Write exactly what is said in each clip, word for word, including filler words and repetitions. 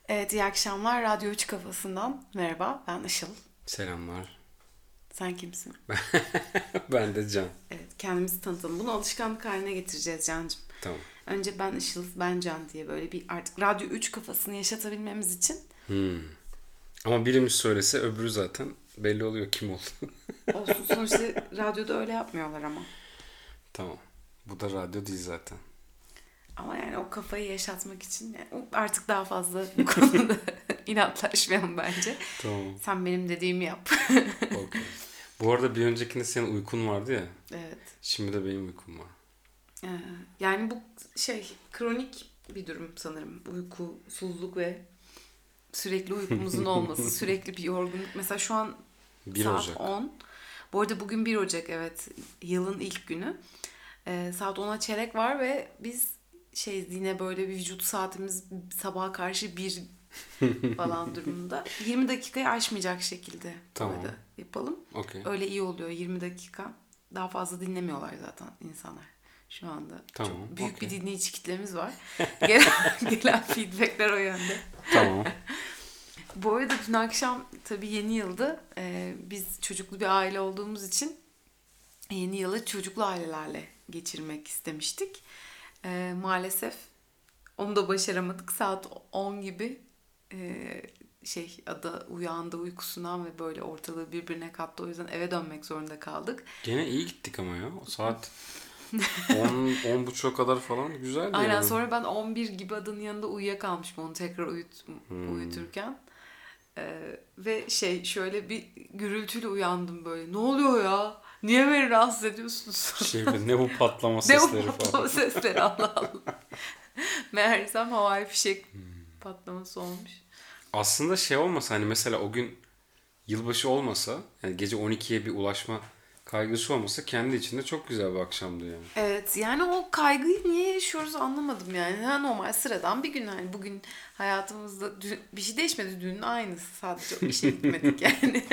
Evet, iyi akşamlar. Radyo üç kafasından. Merhaba, ben Işıl. Selamlar. Sen kimsin? Ben de Can. Evet, kendimizi tanıtalım. Bunu alışkanlık haline getireceğiz Can'cığım. Tamam. Önce ben Işıl, ben Can diye böyle bir artık Radyo üç kafasını yaşatabilmemiz için Hmm. Ama birimiz söylese öbürü zaten belli oluyor kim oldu. olsun. Sonuçta radyoda öyle yapmıyorlar ama. Tamam. Bu da radyo değil zaten. Ama yani o kafayı yaşatmak için yani artık daha fazla bu konuda inatlaşmayalım bence. Tamam. Sen benim dediğimi yap. Okey. Bu arada bir öncekinde senin uykun vardı ya. Evet. Şimdi de benim uykum var. Ee, Yani bu şey kronik bir durum sanırım. Uykusuzluk ve sürekli uykumuzun olması, sürekli bir yorgunluk. Mesela şu an Bir saat Ocak. on. Bu arada bugün bir Ocak, evet. Yılın ilk günü. Ee, saat ona çeyrek var ve biz şey yine böyle bir vücut saatimiz sabaha karşı bir falan durumunda. yirmi dakikayı aşmayacak şekilde bu Tamam. arada yapalım. Okey. Öyle iyi oluyor yirmi dakika. Daha fazla dinlemiyorlar zaten insanlar. Şu anda Tamam. çok büyük bir Okey. dinleyici kitlemiz var. Gelen, gelen feedbackler o yönde. Tamam. Bu arada dün akşam tabii yeni yıldı. Ee, biz çocuklu bir aile olduğumuz için yeni yılı çocuklu ailelerle geçirmek istemiştik. Ee, maalesef onu da başaramadık. Saat on gibi e, şey ada uyandı uykusundan ve böyle ortalığı birbirine kattı. O yüzden eve dönmek zorunda kaldık. Gene iyi gittik ama ya. O saat on, on buçuğa kadar falan güzeldi Aynen, yani. sonra ben on bir gibi adanın yanında uyuyakalmışım onu tekrar uyut, Hmm. uyuturken. Ee, ve şey şöyle bir gürültüyle uyandım böyle. Ne oluyor ya? Niye beni rahatsız ediyorsunuz? Şey be, ne bu patlama Ne o sesleri falan. patlama sesleri, Allah Allah. Meğersem havai fişek patlaması olmuş. Aslında şey olmasa hani mesela o gün yılbaşı olmasa yani gece on ikiye bir ulaşma kaygısı olmasa kendi içinde çok güzel bir akşamdı yani. Evet, yani o kaygıyı niye yaşıyoruz anlamadım yani. Ha, normal sıradan bir gün, hani bugün hayatımızda dün- bir şey değişmedi, dünün aynısı, sadece işe gitmedik yani.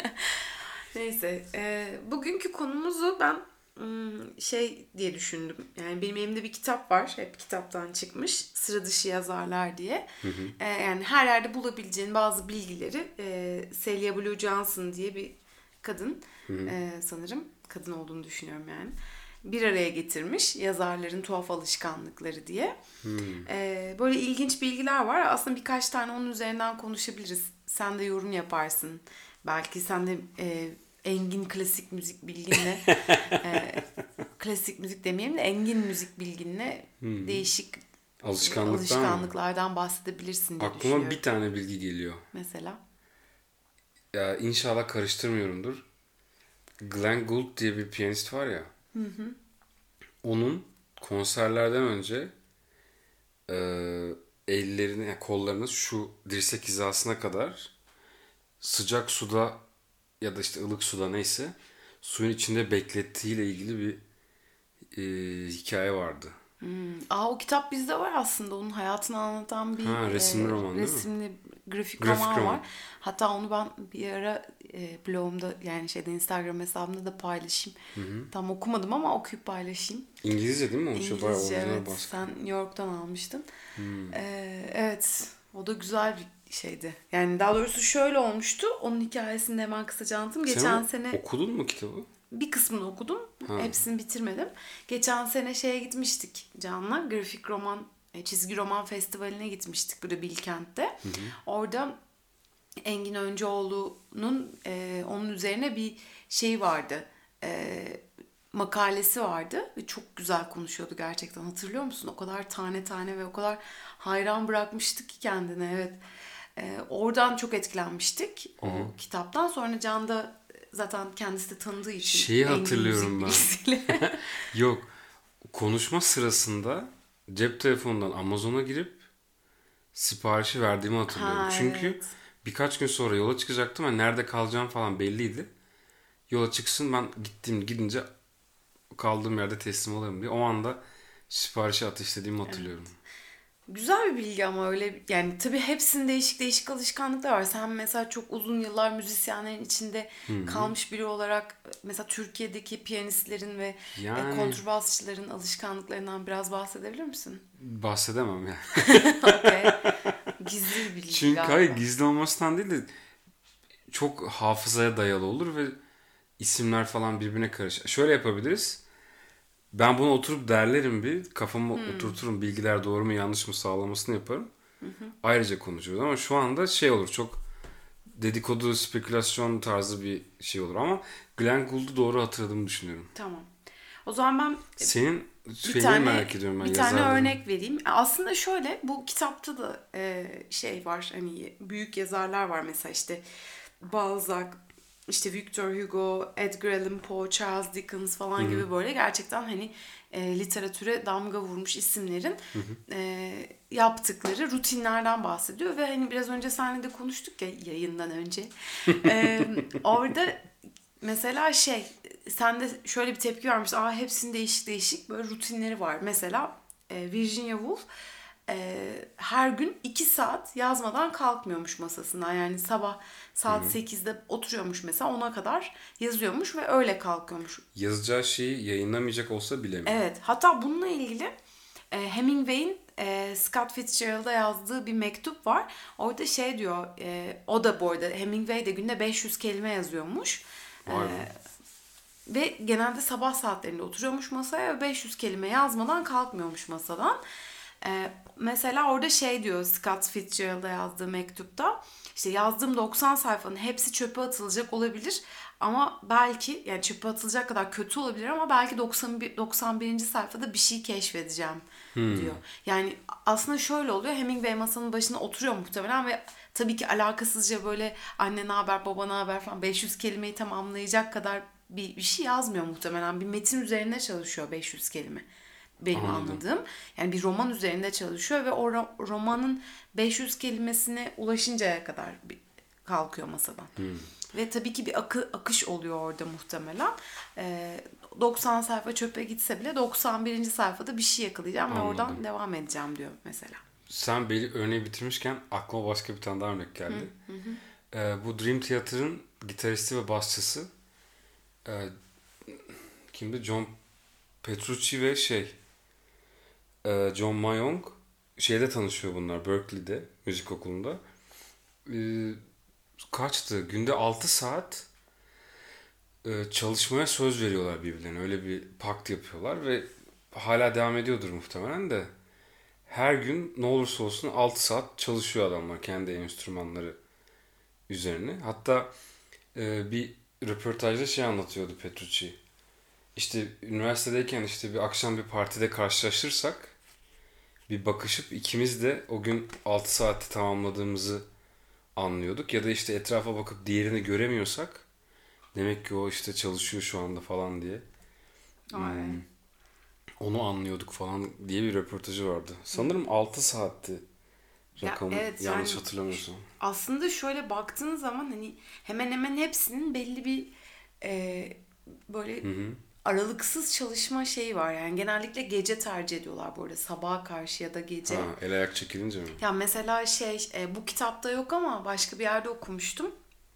Neyse, e, bugünkü konumuzu ben ım, şey diye düşündüm. Yani benim elimde bir kitap var. Hep kitaptan çıkmış. Sıra dışı yazarlar diye. E, yani her yerde bulabileceğin bazı bilgileri e, Celia Blue Johnson diye bir kadın, e, sanırım kadın olduğunu düşünüyorum yani, bir araya getirmiş, yazarların tuhaf alışkanlıkları diye. E, böyle ilginç bilgiler var. Aslında birkaç tane onun üzerinden konuşabiliriz. Sen de yorum yaparsın. Belki sen de e, engin klasik müzik bilginle, e, klasik müzik demeyelim de engin müzik bilginle değişik e, Alışkanlıktan mı? alışkanlıklardan bahsedebilirsin diye Aklıma düşünüyorum. bir tane bilgi geliyor. Mesela. Ya inşallah karıştırmıyorumdur. Glenn Gould diye bir piyanist var ya. Onun konserlerden önce e, ellerini, yani kollarını şu dirsek hizasına kadar sıcak suda ya da işte ılık suda neyse suyun içinde beklettiğiyle ilgili bir e, hikaye vardı. Hmm. Aa, o kitap bizde var aslında. Onun hayatını anlatan bir Ha, resimli e, roman değil mi? resimli grafik Grafik roman var. roman. Hatta onu ben bir ara e, blogumda, yani şeyde, Instagram hesabımda da paylaşayım. Tam okumadım ama okuyup paylaşayım. İngilizce değil mi? O şey bayağı İngilizce, orijinal evet. baskı. Sen New York'tan almıştın. Ee, evet. O da güzel bir şeydi. Yani daha doğrusu şöyle olmuştu. Onun hikayesini de hemen kısaca anlatayım. Sen Geçen o- sene okudun mu kitabı? bir kısmını okudum. Ha. Hepsini bitirmedim. Geçen sene şeye gitmiştik Can'la. Grafik roman, e, çizgi roman festivaline gitmiştik burada Bilkent'te. Orada Engin Öncüoğlu'nun e, onun üzerine bir şey vardı. E, makalesi vardı ve çok güzel konuşuyordu gerçekten. Hatırlıyor musun? O kadar tane tane ve o kadar hayran bırakmıştık ki kendine. Evet. E, oradan çok etkilenmiştik o kitaptan. Sonra Can da zaten kendisi de tanıdığı için Şeyi Engin müzik hatırlıyorum ben. bilgisiyle. Yok. Konuşma sırasında cep telefonundan Amazon'a girip siparişi verdiğimi hatırlıyorum. Ha, Çünkü evet. birkaç gün sonra yola çıkacaktım ve nerede kalacağım falan belliydi. Yola çıksın ben gittim gidince kaldığım yerde teslim olayım diye. O anda siparişi ateşlediğimi hatırlıyorum. Güzel bir bilgi ama öyle yani, tabii hepsinin değişik değişik alışkanlıkları var. Sen mesela çok uzun yıllar müzisyenlerin içinde kalmış biri olarak mesela Türkiye'deki piyanistlerin ve e, Yani kontrbasçıların alışkanlıklarından biraz bahsedebilir misin? bahsedemem ya. Okey. Gizli bir bilgi Çünkü galiba. hayır, gizli olmasından değil de çok hafızaya dayalı olur ve isimler falan birbirine karışır. Şöyle yapabiliriz. Ben bunu oturup derlerim, bir kafama Hmm. oturturum, bilgiler doğru mu yanlış mı sağlamasını yaparım. Hı hı. Ayrıca konuşuruz ama şu anda şey olur, çok dedikodu, spekülasyon tarzı bir şey olur ama Glenn Gould'u doğru hatırladığımı düşünüyorum. Tamam. O zaman ben Senin bir şeyini tane merak ediyorum ben, bir tane yazarlığını. örnek vereyim. Aslında şöyle, bu kitapta da e, şey var, hani büyük yazarlar var mesela, işte Balzac, işte Victor Hugo, Edgar Allan Poe, Charles Dickens falan gibi böyle gerçekten hani e, literatüre damga vurmuş isimlerin e, yaptıkları rutinlerden bahsediyor ve hani biraz önce seninle de konuştuk ya, yayından önce. E, orada mesela şey, sen de şöyle bir tepki vermiştin. Aa, hepsinin değişik değişik böyle rutinleri var. Mesela e, Virginia Woolf e, her gün iki saat yazmadan kalkmıyormuş masasından. Yani sabah saat sekizde oturuyormuş mesela, ona kadar yazıyormuş ve öyle kalkıyormuş. Yazacağı şeyi yayınlamayacak olsa bile mi? Evet, hatta bununla ilgili e, Hemingway'in e, Scott Fitzgerald'a yazdığı bir mektup var. Orada şey diyor, e, o da bu arada Hemingway de günde beş yüz kelime yazıyormuş. Vay E, be. Ve genelde sabah saatlerinde oturuyormuş masaya ve beş yüz kelime yazmadan kalkmıyormuş masadan. Ee, mesela orada şey diyor Scott Fitzgerald'a yazdığı mektupta, işte yazdığım doksan sayfanın hepsi çöpe atılacak olabilir ama belki, yani çöpe atılacak kadar kötü olabilir ama belki doksan bir, doksan birinci sayfada bir şey keşfedeceğim diyor. Yani aslında şöyle oluyor, Hemingway masanın başına oturuyor muhtemelen ve tabii ki alakasızca böyle anne ne haber baba ne haber falan beş yüz kelimeyi tamamlayacak kadar bir, bir şey yazmıyor muhtemelen. Bir metin üzerinde çalışıyor beş yüz kelime. Benim Anladım. anladığım. Yani bir roman üzerinde çalışıyor ve o ro- romanın beş yüz kelimesine ulaşıncaya kadar bir kalkıyor masadan. Ve tabii ki bir akı, akış oluyor orada muhtemelen. Ee, doksan sayfa çöpe gitse bile doksan birinci sayfada bir şey yakalayacağım ve Anladım. oradan devam edeceğim diyor mesela. Sen belli örneği bitirmişken aklıma başka bir tane daha örnek geldi. Ee, bu Dream Theater'ın gitaristi ve basçısı e, kimdi? John Petrucci ve şey e, John Mayong şeyde tanışıyor bunlar, Berkeley'de müzik okulunda. Ee, kaçtı? Günde altı saat e, çalışmaya söz veriyorlar birbirlerine. Öyle bir pakt yapıyorlar ve hala devam ediyordur muhtemelen de. Her gün ne olursa olsun altı saat çalışıyor adamlar kendi enstrümanları üzerine. Hatta e, bir röportajda şey anlatıyordu Petrucci. İşte üniversitedeyken işte bir akşam bir partide karşılaşırsak bir bakışıp ikimiz de o gün altı saati tamamladığımızı anlıyorduk. Ya da işte etrafa bakıp diğerini göremiyorsak demek ki o işte çalışıyor şu anda falan diye. Ay. Hmm, onu anlıyorduk falan diye bir röportajı vardı. Sanırım altı saatti Ya rakamı, evet, yanlış yani hatırlamıyorsam. aslında şöyle baktığın zaman hani hemen hemen hepsinin belli bir e, böyle Hı hı. aralıksız çalışma şeyi var. Yani genellikle gece tercih ediyorlar bu arada, sabaha karşı ya da Ha, gece. el ayak çekilince mi? Ya mesela şey, e, bu kitapta yok ama başka bir yerde okumuştum.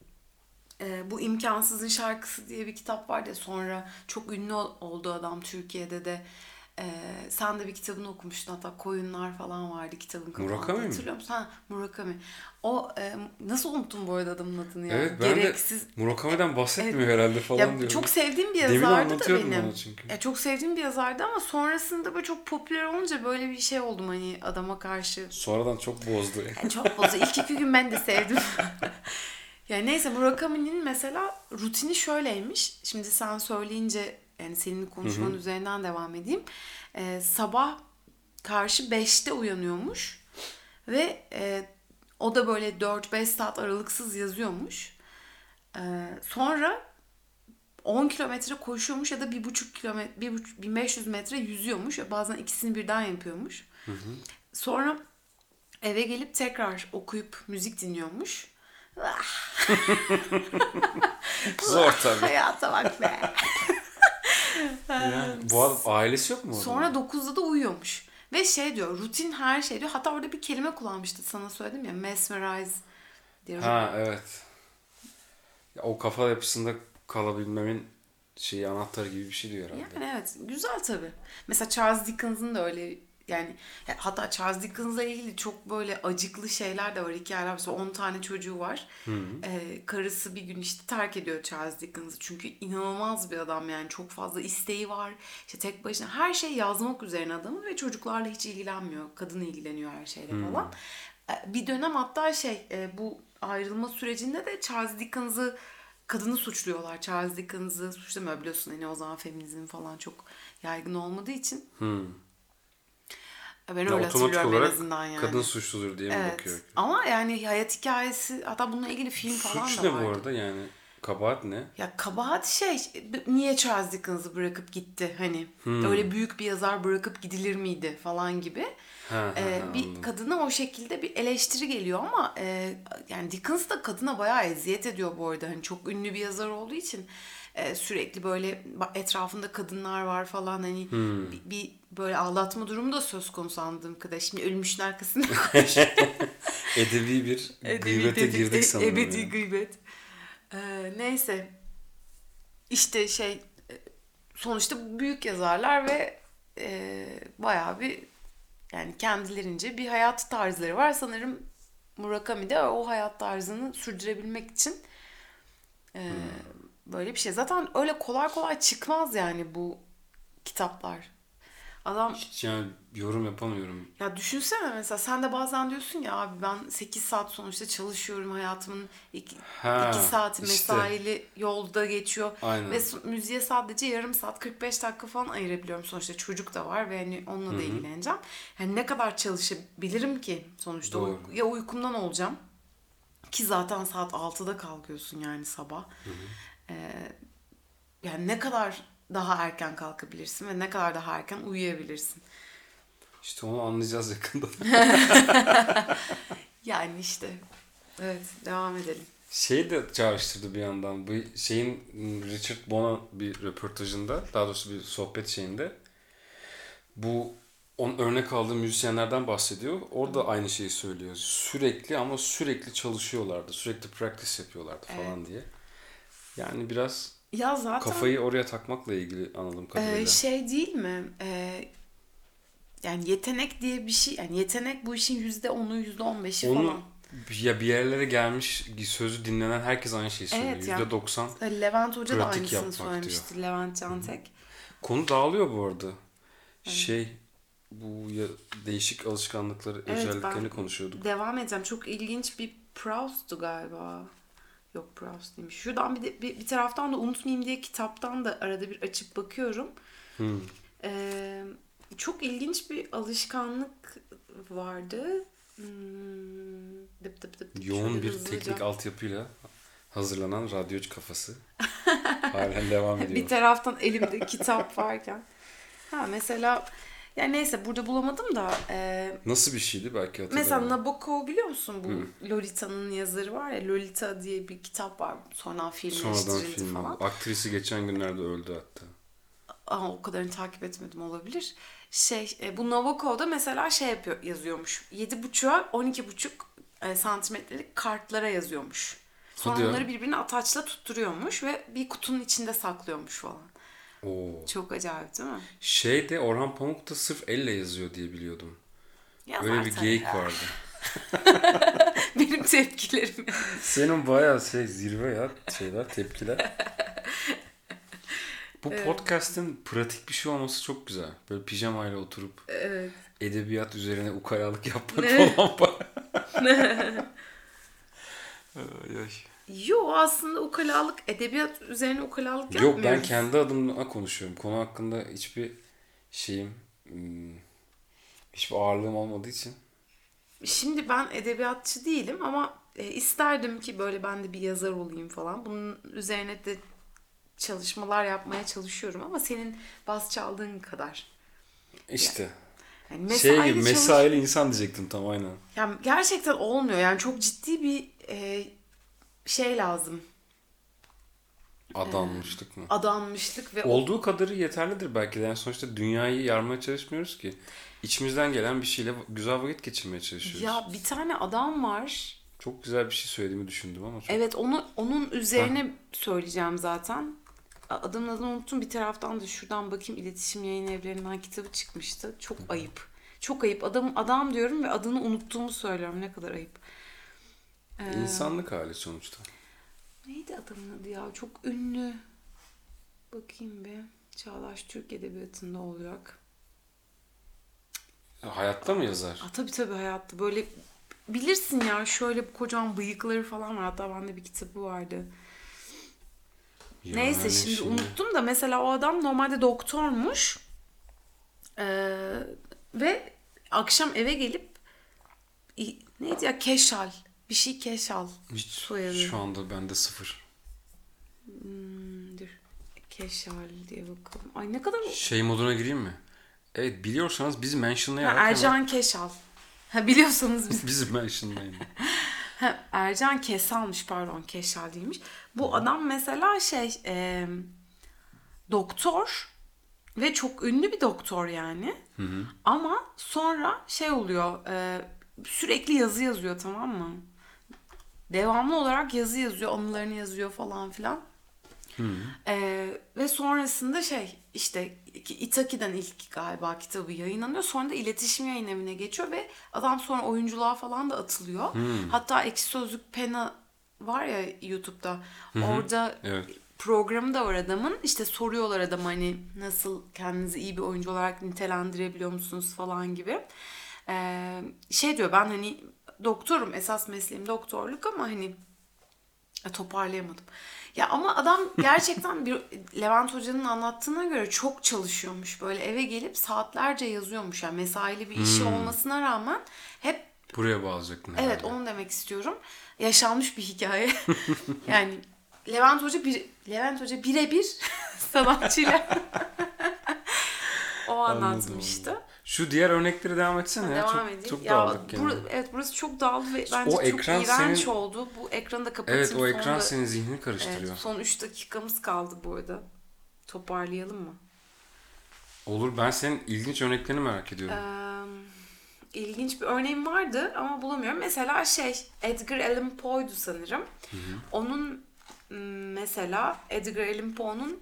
E, bu İmkansızın Şarkısı diye bir kitap vardı ya, sonra çok ünlü ol- oldu adam Türkiye'de de. E, sen de bir kitabını okumuştun hatta, koyunlar falan vardı kitabın kapağında, Murakami mi? hatırlıyor musun? Ha, Murakami. O e, nasıl unuttum bu arada adamın adını ya? Evet, ben de Gereksiz. Murakami'den Evet. bahsetmiyor herhalde Ya falan diyorum. çok sevdiğim bir Demin yazardı da anlatıyordun benim. bana çünkü. Ya çok sevdiğim bir yazardı ama sonrasında böyle çok popüler olunca böyle bir şey oldum hani adama karşı. Sonradan çok bozdu. Yani çok bozdu. İlk iki gün ben de sevdim. Yani neyse, Murakami'nin mesela rutini şöyleymiş. Şimdi sen söyleyince, yani senin Hı konuşmanın hı. üzerinden devam edeyim. Ee, sabah karşı beşte uyanıyormuş. Ve e, o da böyle dört beş saat aralıksız yazıyormuş. Ee, sonra on kilometre koşuyormuş ya da bir buçuk kilometre, bir buçuk, bin beş yüz metre yüzüyormuş. Bazen ikisini birden yapıyormuş. Hı hı. Sonra eve gelip tekrar okuyup müzik dinliyormuş. Ah, Zor ah, tabii. hayata bak be. Yani bu adam, ailesi yok mu o adamın? Sonra dokuzda da uyuyormuş. Ve şey diyor, rutin her şey diyor. Hatta orada bir kelime kullanmıştı, sana söyledim ya, mesmerize diye. Ha, evet. Ya, o kafa yapısında kalabilmemin şeyi, anahtarı gibi bir şey diyor herhalde. Yani evet, güzel tabii. Mesela Charles Dickens'ın da öyle yani ya hatta Charles Dickens'la ilgili çok böyle acıklı şeyler de var. Hikayeler. Mesela on tane çocuğu var. Ee, karısı bir gün işte terk ediyor Charles Dickens'ı. Çünkü inanılmaz bir adam yani. Çok fazla isteği var. İşte tek başına her şey yazmak üzerine adamı ve çocuklarla hiç ilgilenmiyor. Kadın ilgileniyor her şeyle falan. Ee, bir dönem hatta şey e, bu ayrılma sürecinde de Charles Dickens'ı kadını suçluyorlar. Charles Dickens'ı suçlamıyor biliyorsun. Hani o zaman feminizm falan çok yaygın olmadığı için. Ben Ya öyle otomatik hatırlıyorum en olarak azından yani. kadın suçludur diye mi Evet. bakıyor? Ama yani hayat hikayesi hatta bununla ilgili film falan Suç da ne bu vardı. arada yani? Kabahat ne? Ya kabahat şey niye Charles Dickens'ı bırakıp gitti hani Hmm. öyle büyük bir yazar bırakıp gidilir miydi falan gibi. Ha, ha, Ee, ha, bir anladım. kadına o şekilde bir eleştiri geliyor ama e, yani Dickens da kadına bayağı eziyet ediyor bu arada. Hani çok ünlü bir yazar olduğu için e, sürekli böyle etrafında kadınlar var falan hani Hmm. bir, bir böyle aldatma durumu da söz konusu anladığım kadar. Şimdi ölmüşün arkasında konuşuyor. Edebi bir Edebi gıybete dedik, girdik e- sanırım ebedi yani. gıybet. Ee, neyse işte şey e, sonuçta büyük yazarlar ve e, bayağı bir yani kendilerince bir hayat tarzları var. Sanırım Murakami de o hayat tarzını sürdürebilmek için e, böyle bir şey. Zaten öyle kolay kolay çıkmaz yani bu kitaplar. Adam Hiç yani yorum yapamıyorum. ya düşünsene mesela sen de bazen diyorsun ya abi ben sekiz saat sonuçta çalışıyorum hayatımın iki, iki Ha saati işte mesaili yolda geçiyor ve aynen. so- müziğe sadece yarım saat kırk beş dakika falan ayırabiliyorum sonuçta çocuk da var ve hani onunla Hı da hı. ilgileneceğim. Yani ne kadar çalışabilirim ki sonuçta Doğru. uyku, ya uykumdan olacağım ki zaten saat altıda kalkıyorsun yani sabah. Ee, yani ne kadar daha erken kalkabilirsin ve ne kadar daha erken uyuyabilirsin. İşte onu anlayacağız yakında. Yani işte. Evet, devam edelim. Şey de çağrıştırdı bir yandan. Bu şeyin Richard Bona bir röportajında, daha doğrusu bir sohbet şeyinde bu on örnek aldığı müzisyenlerden bahsediyor. Orada aynı şeyi söylüyor. Sürekli ama sürekli çalışıyorlardı. Sürekli practice yapıyorlardı Evet. falan diye. Yani biraz Ya zaten kafayı oraya takmakla ilgili anladığım e, kadarıyla. şey değil mi? E, yani yetenek diye bir şey. Yani yetenek bu işin yüzde onu, yüzde on beşi Onu falan. ya bir yerlere gelmiş sözü dinlenen herkes aynı şeyi söylüyor. Evet ya. yüzde doksan Levent Hoca da pratik aynısını yapmak diyor. söylemişti. Levent Cantek. Konu dağılıyor bu arada. Evet. Şey bu ya, değişik alışkanlıkları, Evet ben özelliklerini konuşuyorduk. devam edeceğim. Çok ilginç bir Proust'tu galiba. Yok Proust değilmiş. Şuradan bir, de, bir, bir taraftan da Unutmayayım diye kitaptan da arada bir açıp bakıyorum. Hmm. Ee, çok ilginç bir alışkanlık vardı. Hmm, dıp dıp dıp dıp Yoğun şöyle bir hızlıca. teknik altyapıyla hazırlanan radyocu kafası. Halen devam Bir ediyor. taraftan elimde kitap varken. Ha mesela ya neyse burada bulamadım da e, Nasıl bir şeydi belki mesela hatırlarım. Nabokov biliyor musun Hı. bu Lolita'nın yazarı var ya Lolita diye bir kitap var sonradan Sonradan filmleştirildi film oldu. falan. Aktrisi geçen günlerde öldü hatta. Aa, o kadarını takip etmedim olabilir. Şey e, bu Nabokov'da mesela şey yapıyor yazıyormuş. yedi buçuğa on iki buçuk e, santimetrelik kartlara yazıyormuş. Hadi Sonra ya. onları birbirine ataçla tutturuyormuş ve bir kutunun içinde saklıyormuş falan. Oo. Çok acayip değil mi? Şey de Orhan Pamuk da sırf elle yazıyor diye biliyordum. Öyle Yazar bir tabii geyik ya. vardı. Benim tepkilerim. Senin bayağı şey zirve ya şeyler, tepkiler. Bu podcast'in pratik bir şey olması çok güzel. Böyle pijamayla oturup Evet. edebiyat üzerine ukalalık yapmak falan bayağı. Ay, ay. Yo aslında ukalalık, edebiyat üzerine ukalalık Yok ben yapmıyoruz. kendi adıma konuşuyorum. Konu hakkında hiçbir şeyim, hmm, hiçbir ağırlığım olmadığı için. Şimdi ben edebiyatçı değilim ama e, isterdim ki böyle ben de bir yazar olayım falan. Bunun üzerine de çalışmalar yapmaya çalışıyorum ama senin bas çaldığın kadar. İşte Yani şey gibi mesaili çalış... mesaili insan diyecektim tam aynen. Yani gerçekten olmuyor. Yani çok ciddi bir e, şey lazım. Adanmışlık mı? Adanmışlık ve o... Olduğu kadarı yeterlidir belki de. Yani sonuçta dünyayı yarmaya çalışmıyoruz ki. İçimizden gelen bir şeyle güzel vakit geçirmeye çalışıyoruz. Ya bir tane adam var. Çok güzel bir şey söylediğimi düşündüm ama çok... Evet onu onun Heh. üzerine söyleyeceğim zaten. Adamın adını unuttum. Bir taraftan da şuradan bakayım iletişim yayın evlerinden kitabı çıkmıştı. Çok ayıp. Çok ayıp. Adam adam diyorum ve adını unuttuğumu söylüyorum. Ne kadar ayıp. Ee, İnsanlık hali sonuçta. Neydi adamın adı ya? Çok ünlü. Bakayım bir. Çağdaş Türk Edebiyatı'nda olacak. Hayatta mı yazar? Aa, tabii tabii hayatta. Böyle bilirsin ya, şöyle kocaman bıyıkları falan var. Hatta bende bir kitabı vardı. Yani Neyse şimdi, unuttum da mesela o adam normalde doktormuş. Ee, ve akşam eve gelip i- neydi ya, Keşal. Bir şey Keşal. Hiç soyadı. şu anda bende sıfır. Hmm, dur. Keşal diye bakalım. Ay ne kadar... Şey moduna gireyim mi? Evet, biliyorsanız bizi Ha, mentionlayarak Ercan Keşal. Ha, biliyorsanız biz... bizi mentionlayın. Ha, Ercan Kesal'mış, pardon, Keşal değilmiş. Bu adam mesela şey e, doktor ve çok ünlü bir doktor yani. Hı hı. Ama sonra şey oluyor, e, sürekli yazı yazıyor, tamam mı? Devamlı olarak yazı yazıyor, anılarını yazıyor falan filan. Hı. Ee, ve sonrasında şey işte Itaki'den ilk galiba kitabı yayınlanıyor. Sonra da iletişim yayın evine geçiyor ve adam sonra oyunculuğa falan da atılıyor. Hmm. Hatta Ekşi Sözlük Pena var ya YouTube'da. Orada Evet. programı da var adamın. İşte soruyorlar adama hani nasıl kendinizi iyi bir oyuncu olarak nitelendirebiliyor musunuz falan gibi. Ee, şey diyor, ben hani doktorum, esas mesleğim doktorluk ama hani ya toparlayamadım. Ya ama adam gerçekten bir Levent Hoca'nın anlattığına göre çok çalışıyormuş. Böyle eve gelip saatlerce yazıyormuş. Yani mesaili bir işi Hmm. olmasına rağmen hep, Buraya bağlayacaktın herhalde. evet onu demek istiyorum. Yaşanmış bir hikaye. Yani Levent Hoca bir Levent Hoca birebir sanatçıyla o anlatmıştı. Anladım. Şu diğer örnekleri devam etsene ya. Devam Çok, edeyim. çok Ya dağıldık yani. bur- evet, burası çok dağıldı ve bence O çok ekran iğrenç senin- oldu. Bu ekranı da kapatayım. Evet, o ekran Sonra- senin zihnini Evet, karıştırıyor. son üç dakikamız kaldı bu arada. Toparlayalım mı? Olur, ben senin ilginç örneklerini merak ediyorum. Ee, ilginç bir örneğim vardı ama bulamıyorum. Mesela şey, Edgar Allan Poe'du sanırım. Onun m, mesela Edgar Allan Poe'nun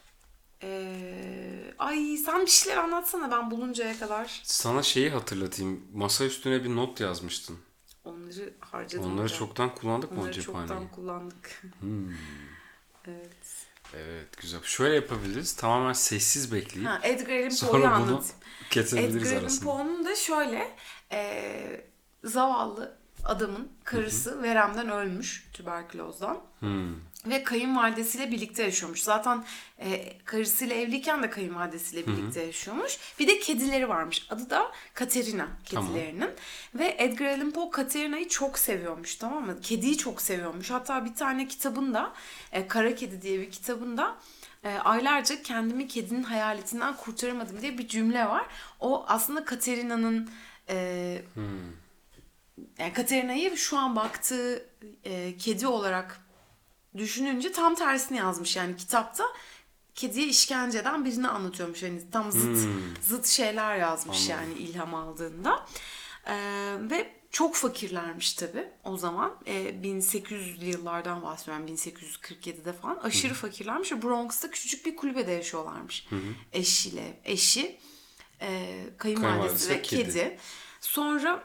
ee, ay sen bir şeyler anlatsana ben buluncaya kadar. Sana şeyi hatırlatayım. Masa üstüne bir not yazmıştın. Onları harcadım. Onları hocam. çoktan kullandık mı o Onları cephaneyi? çoktan kullandık. Hmm. Evet. Evet, güzel. Şöyle yapabiliriz. Tamamen sessiz bekleyip Ha, Edgar Allan Poe'yu sonra bunu anlatayım. kesebiliriz Edgar Allan arasında. Poe'nun da şöyle e, zavallı adamın karısı veremden ölmüş, tüberkülozdan. Hmm. Ve kayınvalidesiyle birlikte yaşıyormuş. Zaten e, karısıyla evliyken de kayınvalidesiyle birlikte yaşıyormuş. Bir de kedileri varmış. Adı da Katerina kedilerinin. Ve Edgar Allan Poe Katerina'yı çok seviyormuş, tamam mı? Kediyi çok seviyormuş. Hatta bir tane kitabında, e, Kara Kedi diye bir kitabında e, aylarca kendimi kedinin hayaletinden kurtaramadım diye bir cümle var. O aslında Katerina'nın e, Hmm. yani Katerina'yı şu an baktığı e, kedi olarak düşününce tam tersini yazmış yani kitapta. Kediye işkence eden birini anlatıyormuş. Yani tam zıt Hmm. zıt şeyler yazmış. Anladım. Yani ilham aldığında. Ee, ve çok fakirlermiş tabii o zaman. Ee, bin sekiz yüzlü yıllardan bahsediyorum. bin sekiz yüz kırk yedide falan. Aşırı fakirlermiş ve Bronx'ta küçücük bir kulübede yaşıyorlarmış. Eşiyle. Eşi, e, kayınvalidesi Kayınvalidesi ve ve kedi. kedi. Sonra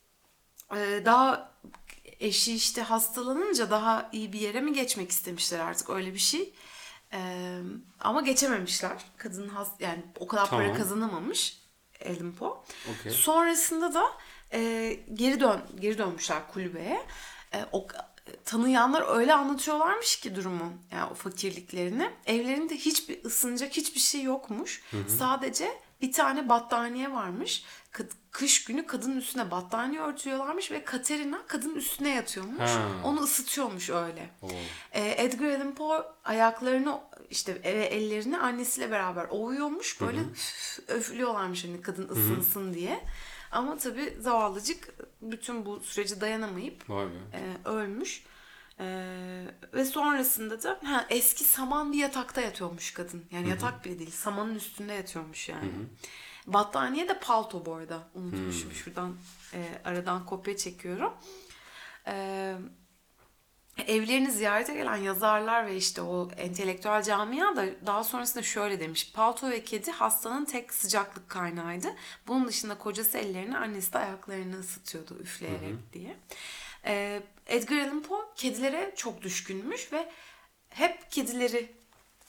e, daha eşi işte hastalanınca daha iyi bir yere mi geçmek istemişler artık, öyle bir şey. Ee, ama geçememişler. Kadın hast yani o kadar Tamam. para kazanamamış Allan Poe. Okey. Sonrasında da e, geri dön geri dönmüşler kulübeye. E, o tanıyanlar öyle anlatıyorlarmış ki durumu, yani o fakirliklerini. Evlerinde hiçbir ısınacak hiçbir şey yokmuş. Sadece bir tane battaniye varmış. Kad- Kış günü kadının üstüne battaniye örtüyorlarmış ve Katerina kadının üstüne yatıyormuş. Ha. Onu ısıtıyormuş öyle. Oo. Ee, Edgar Allan Poe ayaklarını işte ve ellerini annesiyle beraber ovuyormuş. Böyle üf, öflüyorlarmış hani kadın ısınsın diye. Ama tabii zavallıcık bütün bu süreci dayanamayıp Vay be. e, ölmüş. E, ve sonrasında da ha, eski saman bir yatakta yatıyormuş kadın. Yani yatak bile değil, samanın üstünde yatıyormuş yani. Battaniye de palto bu arada. Unutmuşum. Şuradan e, aradan kopya çekiyorum. E, evlerini ziyarete gelen yazarlar ve işte o entelektüel camia da daha sonrasında şöyle demiş. Palto ve kedi hastanın tek sıcaklık kaynağıydı. Bunun dışında kocası ellerini, annesi de ayaklarını ısıtıyordu üfleyerek diye. Ee, Edgar Allan Poe kedilere çok düşkünmüş ve hep kedileri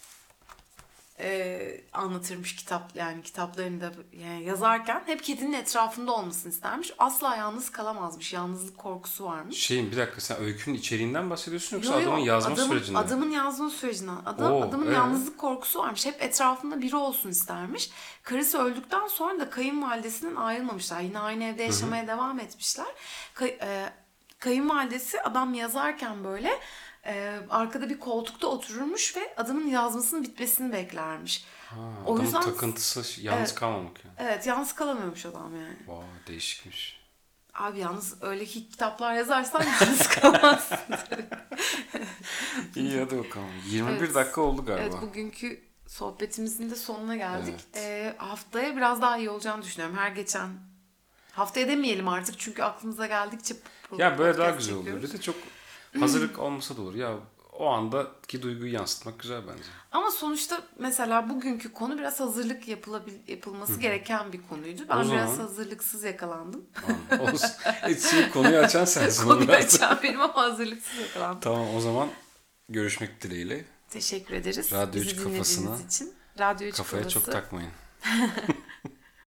e, anlatırmış kitap, yani kitaplarında yani yazarken hep kedinin etrafında olmasını istermiş. Asla yalnız kalamazmış. Yalnızlık korkusu varmış. Şeyin bir dakika, sen öykünün içeriğinden bahsediyorsun yoksa Yo, yo, adamın yazma adamın, sürecinden? Adamın yazma sürecinden. Adam, Oo, adamın ee? yalnızlık korkusu varmış. Hep etrafında biri olsun istermiş. Karısı öldükten sonra da kayınvalidesinden ayrılmamışlar. Yine aynı evde yaşamaya devam etmişler. Kay, e, kayınvalidesi adam yazarken böyle e, arkada bir koltukta otururmuş ve adamın yazmasının bitmesini beklermiş. Ha, O adamın yüzden takıntısı yalnız evet, kalmamak yani. evet, yalnız kalamıyormuş adam yani. Vay, değişikmiş. Abi yalnız öyle ki kitaplar yazarsan yalnız kalamazsın. İyi, hadi bakalım. yirmi bir Evet. dakika oldu galiba. Evet, bugünkü sohbetimizin de sonuna geldik. Evet. Ee, haftaya biraz daha iyi olacağını düşünüyorum. Her geçen haftaya demeyelim artık çünkü aklımıza geldikçe Ya böyle daha podcast güzel oluyor. çekiyoruz. Bir de çok hazırlık olmasa da olur. Ya o andaki duyguyu yansıtmak güzel bence. Ama sonuçta mesela bugünkü konu biraz hazırlık yapılabil, yapılması gereken bir konuydu. Ben O zaman- biraz hazırlıksız yakalandım. Tamam, olsun. Evet, şimdi konuyu açan sensin. Konuyu biraz. açan benim ama hazırlıksız yakalandım. Tamam, o zaman görüşmek dileğiyle. Teşekkür ederiz. Radyo üç Bizi kafasına, dinlediğiniz için. Radyo üç Kafaya kafası. çok takmayın.